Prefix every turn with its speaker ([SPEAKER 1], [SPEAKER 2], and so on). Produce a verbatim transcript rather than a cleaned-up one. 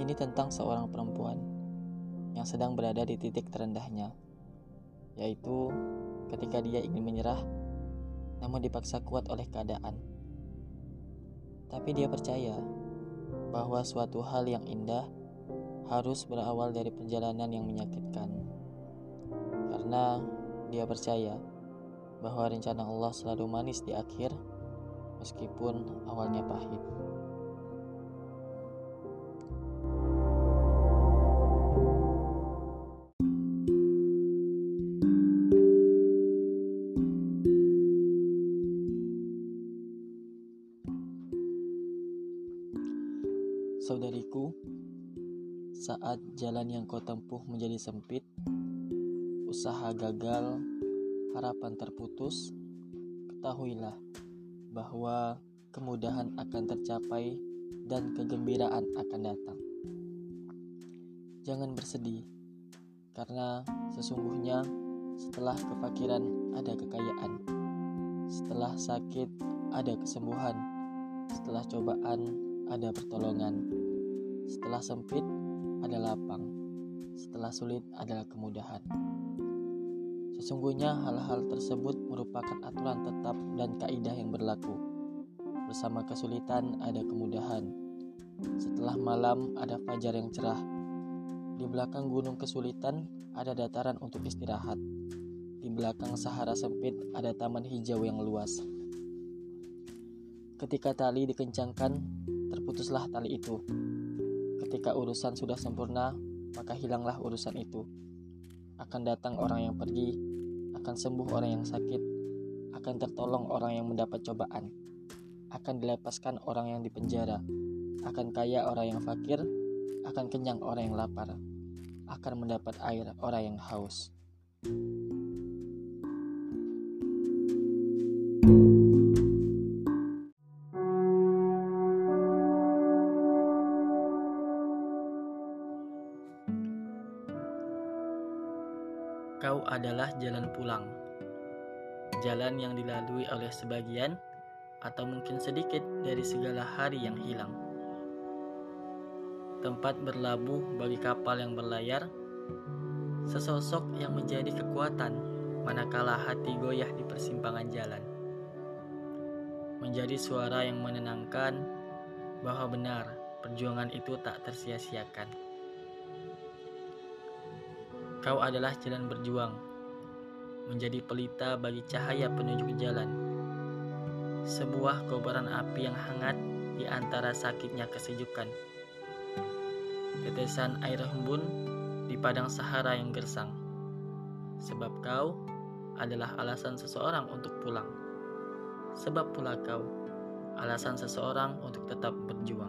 [SPEAKER 1] Ini tentang seorang perempuan yang sedang berada di titik terendahnya, yaitu ketika dia ingin menyerah namun dipaksa kuat oleh keadaan. Tapi dia percaya bahwa suatu hal yang indah harus berawal dari perjalanan yang menyakitkan. Karena dia percaya bahwa rencana Allah selalu manis di akhir, meskipun awalnya pahit. Saudariku, saat jalan yang kau tempuh menjadi sempit, usaha gagal, harapan terputus, ketahuilah bahwa kemudahan akan tercapai dan kegembiraan akan datang. Jangan bersedih, karena sesungguhnya setelah kefakiran ada kekayaan, setelah sakit ada kesembuhan, setelah cobaan ada pertolongan, setelah sempit ada lapang, setelah sulit adalah kemudahan. Sesungguhnya hal-hal tersebut merupakan aturan tetap dan kaidah yang berlaku. Bersama kesulitan ada kemudahan. Setelah malam ada fajar yang cerah. Di belakang gunung kesulitan ada dataran untuk istirahat. Di belakang sahara sempit ada taman hijau yang luas. Ketika tali dikencangkan, terputuslah tali itu. Ketika urusan sudah sempurna, maka hilanglah urusan itu. Akan datang orang yang pergi, akan sembuh orang yang sakit, akan tertolong orang yang mendapat cobaan, akan dilepaskan orang yang dipenjara, akan kaya orang yang fakir, akan kenyang orang yang lapar, akan mendapat air orang yang haus. Kau adalah jalan pulang, jalan yang dilalui oleh sebagian atau mungkin sedikit dari segala hari yang hilang. Tempat berlabuh bagi kapal yang berlayar, sesosok yang menjadi kekuatan manakala hati goyah di persimpangan jalan. Menjadi suara yang menenangkan bahwa benar perjuangan itu tak tersia-siakan. Kau adalah jalan berjuang, menjadi pelita bagi cahaya penunjuk jalan. Sebuah kobaran api yang hangat di antara sakitnya kesejukan. Tetesan air embun di padang Sahara yang gersang. Sebab kau adalah alasan seseorang untuk pulang. Sebab pula kau alasan seseorang untuk tetap berjuang.